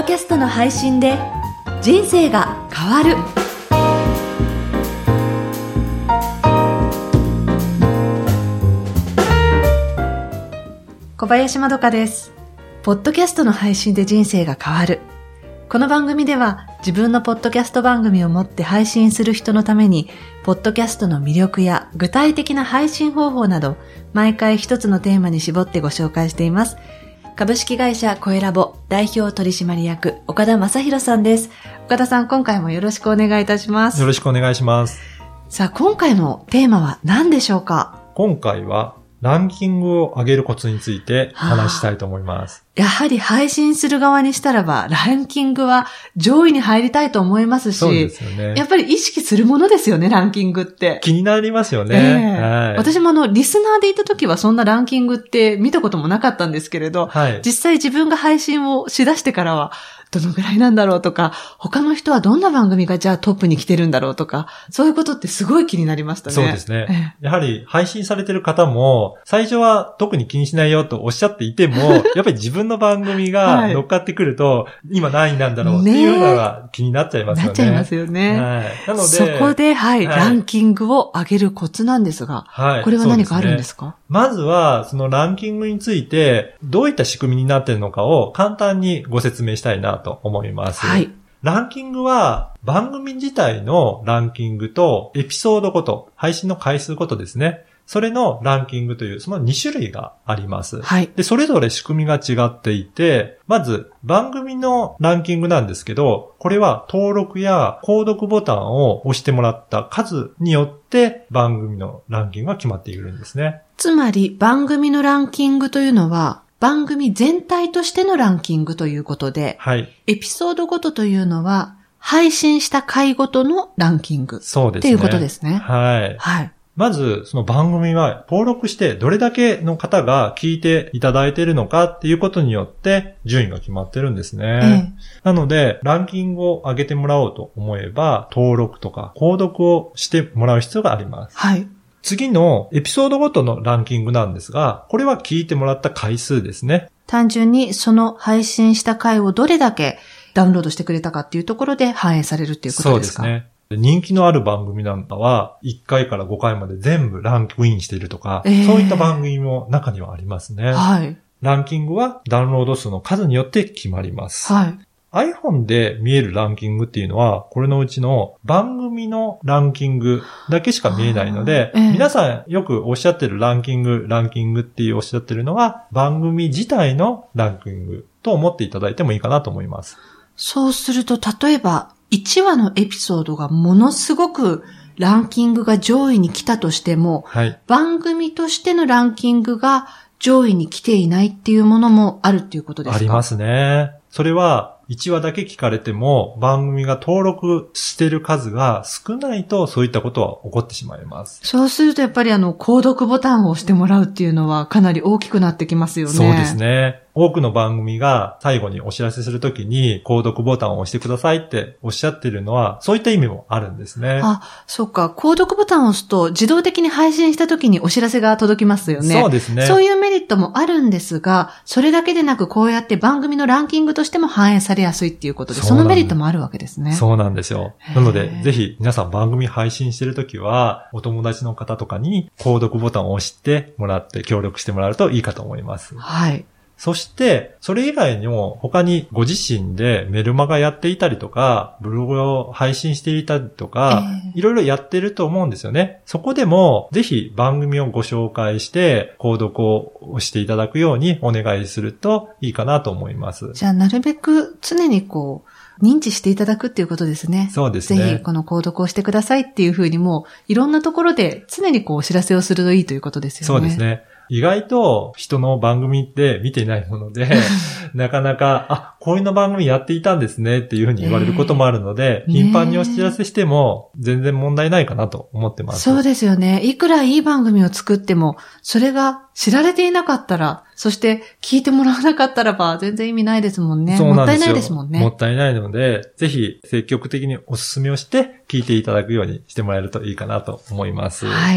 キャストの配信で人生が変わる。小林まどかです。ポッドキャストの配信で人生が変わる。この番組では自分のポッドキャスト番組を持って配信する人のために、ポッドキャストの魅力や具体的な配信方法など、毎回一つのテーマに絞ってご紹介しています。株式会社コエラボ代表取締役岡田正宏さんです。岡田さん、今回もよろしくお願いいたします。 よろしくお願いします。 さあ、今回のテーマは何でしょうか？ 今回はランキングを上げるコツについて話したいと思います。 やはり配信する側にしたらば、ランキングは上位に入りたいと思いますし、 そうですよね。 やっぱり意識するものですよね、ランキングって。 気になりますよね。はい、 私もリスナーでいた時はそんなランキングって見たこともなかったんですけれど、はい、実際自分が配信をしだしてからは、どのぐらいなんだろうとか、他の人はどんな番組がじゃあトップに来てるんだろうとか、そういうことってすごい気になりましたね。 そうですね。やはり配信されてる方も、最初は特に気にしないよとおっしゃっていても、やっぱり自分の番組が乗っかってくると、はい、今何位なんだろうっていうのが気になっちゃいますよね。 なっちゃいますよね。 はい、なので、 そこで、ランキングを上げるコツなんですが、これは何かあるんですか？ まずは、そのランキングについて、どういった仕組みになっているのかを簡単にご説明したいなと思います。はい。ランキングは、番組自体のランキングと、エピソードごと、配信の回数ごとですね。それのランキングという、その2種類があります。はい。で、それぞれ仕組みが違っていて、まず、番組のランキングなんですけど、これは登録や購読ボタンを押してもらった数によって、番組のランキングが決まっているんですね。 つまり、番組のランキングというのは、番組全体としてのランキングということで、はい。エピソードごとというのは、配信した回ごとのランキング。そうですね。っていうことですね。 はい。はい。まず、その番組は登録してどれだけの方が聞いていただいているのかっていうことによって順位が決まってるんですね。なので、ランキングを上げてもらおうと思えば、登録とか購読をしてもらう必要があります。はい。次のエピソードごとのランキングなんですが、これは聞いてもらった回数ですね。 単純にその配信した回をどれだけダウンロードしてくれたかっていうところで反映されるっていうことですか？ そうですね。人気のある番組なんかは、1回から5回まで全部ランクインしているとか、そういった番組も中にはありますね。はい。ランキングはダウンロード数の数によって決まります。はい。iPhone で見えるランキングっていうのは、これのうちの番組のランキングだけしか見えないので、皆さんよくおっしゃってるランキングっていうおっしゃってるのは、番組自体のランキングと思っていただいてもいいかなと思います。 そうすると、例えば、1話のエピソードがものすごくランキングが上位に来たとしても、はい、番組としてのランキングが上位に来ていないっていうものもあるっていうことですか？ ありますね。それは1話だけ聞かれても番組が登録してる数が少ないとそういったことは起こってしまいます。 そうするとやっぱり購読ボタンを押してもらうっていうのはかなり大きくなってきますよね。 そうですね。多くの番組が最後にお知らせするときに購読ボタンを押してくださいっておっしゃってるのはそういった意味もあるんですね。 あ、そうか。購読ボタンを押すと自動的に配信したときにお知らせが届きますよね。 そうですね。 そういうメリットもあるんですが、それだけでなくこうやって番組のランキングとしても反映されやすいっていうことで、そのメリットもあるわけですね。 そうなんですよ。なので、ぜひ皆さん番組配信してるときは、お友達の方とかに購読ボタンを押してもらって協力してもらうといいかと思います。はい。そして、それ以外にも他にご自身でメルマガやっていたりとか、ブログを配信していたりとか、いろいろやってると思うんですよね。そこでも、ぜひ番組をご紹介して、購読を押していただくようにお願いするといいかなと思います。 じゃあ、なるべく常に認知していただくっていうことですね。 そうですね。 ぜひこの購読をしてくださいっていうふうにもう、いろんなところで常にお知らせをするといいということですよね。 そうですね。意外と人の番組って見ていないもので、なかなか、こういうの番組やっていたんですねっていうふうに言われることもあるので、頻繁にお知らせしても全然問題ないかなと思ってます。 そうですよね。いくらいい番組を作っても、それが知られていなかったら、そして聞いてもらわなかったらば全然意味ないですもんね。 そうなんですよ。 もったいないですもんね。 もったいないので、ぜひ積極的にお勧めをして聞いていただくようにしてもらえるといいかなと思います。はい。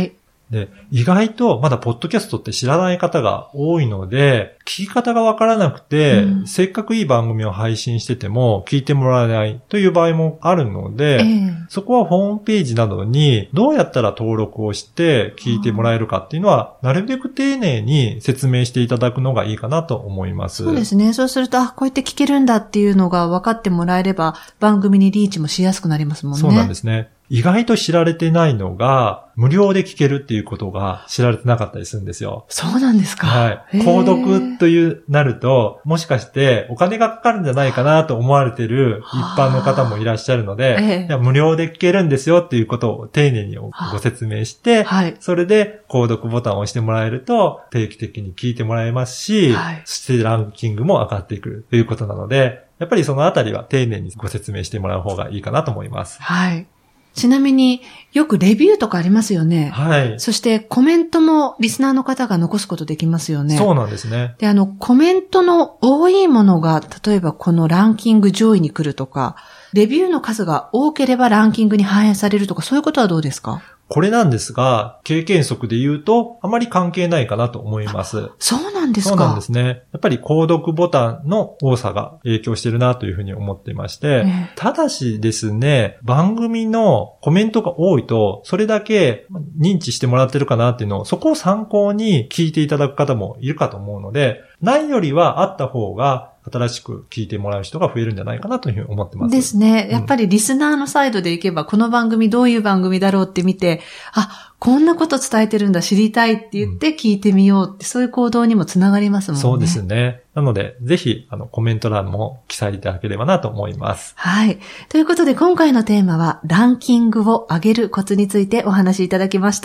で、意外とまだポッドキャストって知らない方が多いので、聞き方がわからなくて、せっかくいい番組を配信してても聞いてもらえないという場合もあるので、そこはホームページなどにどうやったら登録をして聞いてもらえるかっていうのは、なるべく丁寧に説明していただくのがいいかなと思います。 そうですね。そうすると、こうやって聞けるんだっていうのが分かってもらえれば、番組にリーチもしやすくなりますもんね。 そうなんですね。意外と知られてないのが、無料で聞けるっていうことが知られてなかったりするんですよ。 そうなんですか。 はい。購読となると、もしかしてお金がかかるんじゃないかなと思われている一般の方もいらっしゃるので、いや無料で聞けるんですよっていうことを丁寧にご説明して、それで購読ボタンを押してもらえると定期的に聞いてもらえますし、そしてランキングも上がってくるということなので、やっぱりそのあたりは丁寧にご説明してもらう方がいいかなと思います。 はい。ちなみによくレビューとかありますよね。 はい。 そしてコメントもリスナーの方が残すことできますよね。 そうなんですね。 で、コメントの多いものが、例えばこのランキング上位に来るとか、レビューの数が多ければランキングに反映されるとか、そういうことはどうですか？ これなんですが、経験則で言うと、あまり関係ないかなと思います。 そうなんですか？ そうなんですね。やっぱり購読ボタンの多さが影響してるなというふうに思っていまして、ただしですね、番組のコメントが多いと、それだけ認知してもらってるかなっていうのを、そこを参考に聞いていただく方もいるかと思うので、ないよりはあった方が、新しく聞いてもらう人が増えるんじゃないかなというふうに思ってます。 ですね。やっぱりリスナーのサイドでいけば、この番組どういう番組だろうって見て、こんなこと伝えてるんだ、知りたいって言って聞いてみようって、そういう行動にもつながりますもんね。 そうですね。なので、ぜひ、コメント欄も記載いただければなと思います。 はい。ということで、今回のテーマは、ランキングを上げるコツについてお話しいただきました。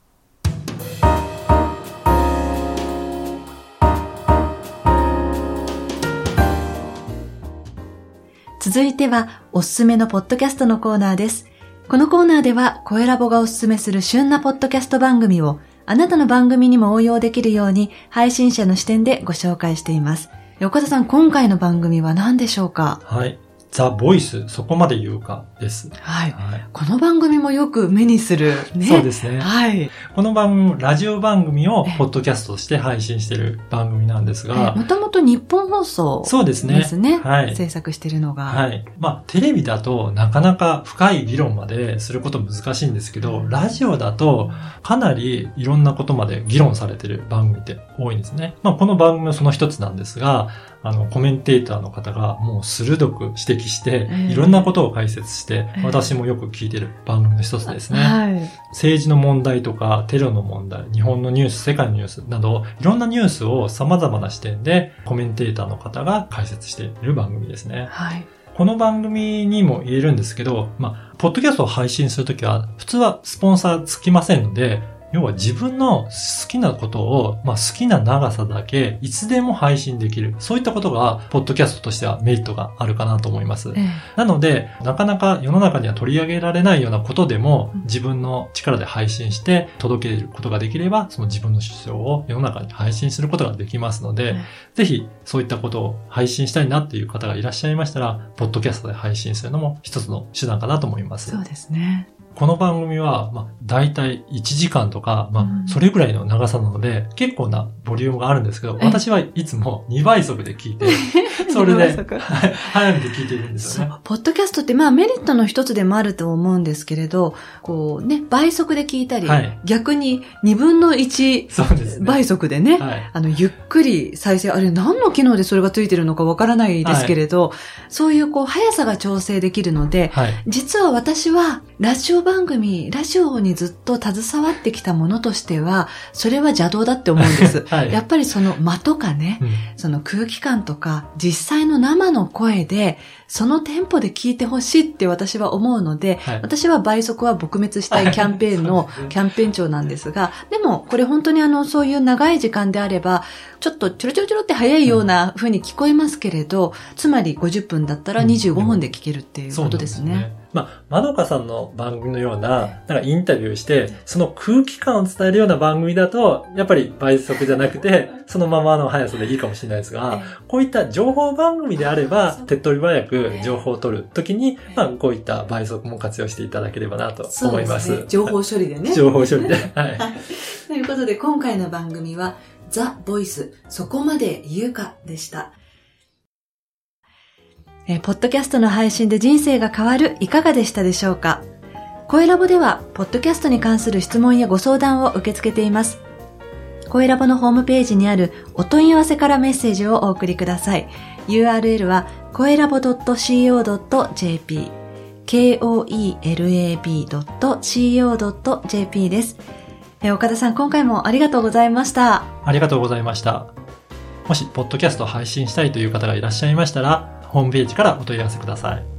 続いてはおすすめのポッドキャストのコーナーです。このコーナーでは声ラボがおすすめする旬なポッドキャスト番組をあなたの番組にも応用できるように配信者の視点でご紹介しています。岡田さん、今回の番組は何でしょうか？ はい。ザ・ボイス、そこまで言うかです。 はい。この番組もよく目にするね。 そうですね。 はい。 この番組もラジオ番組をポッドキャストとして配信している番組なんですが。 もともと日本放送そうですね。 ですね。 はい。 制作しているのが。 はい。テレビだとなかなか深い議論まですること難しいんですけど、ラジオだとかなりいろんなことまで議論されている番組って多いんですね。この番組もその一つなんですが、コメンテーターの方がもう鋭く指摘して、いろんなことを解説して、私もよく聞いている番組の一つですね。 はい、 政治の問題とか、テロの問題、日本のニュース、世界のニュースなど、いろんなニュースを様々な視点でコメンテーターの方が解説している番組ですね。 はい、 この番組にも言えるんですけど、ポッドキャストを配信するときは、普通はスポンサーつきませんので、要は自分の好きなことを、好きな長さだけいつでも配信できる。そういったことが、ポッドキャストとしてはメリットがあるかなと思います。なので、なかなか世の中には取り上げられないようなことでも、自分の力で配信して届けることができれば、その自分の主張を世の中に配信することができますので、ぜひそういったことを配信したいなっていう方がいらっしゃいましたら、ポッドキャストで配信するのも一つの手段かなと思います。 そうですね。 この番組は、だいたい1時間とか、それぐらいの長さなので、結構なボリュームがあるんですけど、私はいつも2倍速で聞いて、それで、早めて聞いているんですよね。 ポッドキャストってメリットの一つでもあると思うんですけれど、倍速で聞いたり、逆に2分の1倍速でね、ゆっくり再生、あれ何の機能でそれがついてるのかわからないですけれど、そういう速さが調整できるので、実は私はラジオにずっと携わってきたものとしては、それは邪道だって思うんです。やっぱりその間とかね、その空気感とか、実際の生の声で、そのテンポで聞いてほしいって私は思うので、私は倍速は撲滅したいキャンペーンのキャンペーン長なんですが、でもこれ本当にそういう長い時間であれば、ちょっとちょろちょろちょろって早いような風に聞こえますけれど、つまり50分だったら25分で聞けるっていうことですね。 まどかさんの番組のような、なんかインタビューして、その空気感を伝えるような番組だと、やっぱり倍速じゃなくて、そのままの速さでいいかもしれないですが、こういった情報番組であれば、手っ取り早く情報を取るときに、こういった倍速も活用していただければなと思います。 そうですね。情報処理でね。 情報処理で。はい。 ということで、今回の番組は、ザ・ボイス、そこまで言うかでした。ポッドキャストの配信で人生が変わる、いかがでしたでしょうか？声ラボでは、ポッドキャストに関する質問やご相談を受け付けています。声ラボのホームページにあるお問い合わせからメッセージをお送りください。URL は、声ラボ .co.jp、koelab.co.jp です。岡田さん、今回もありがとうございました。 ありがとうございました。もし、ポッドキャストを配信したいという方がいらっしゃいましたら、ホームページからお問い合わせください。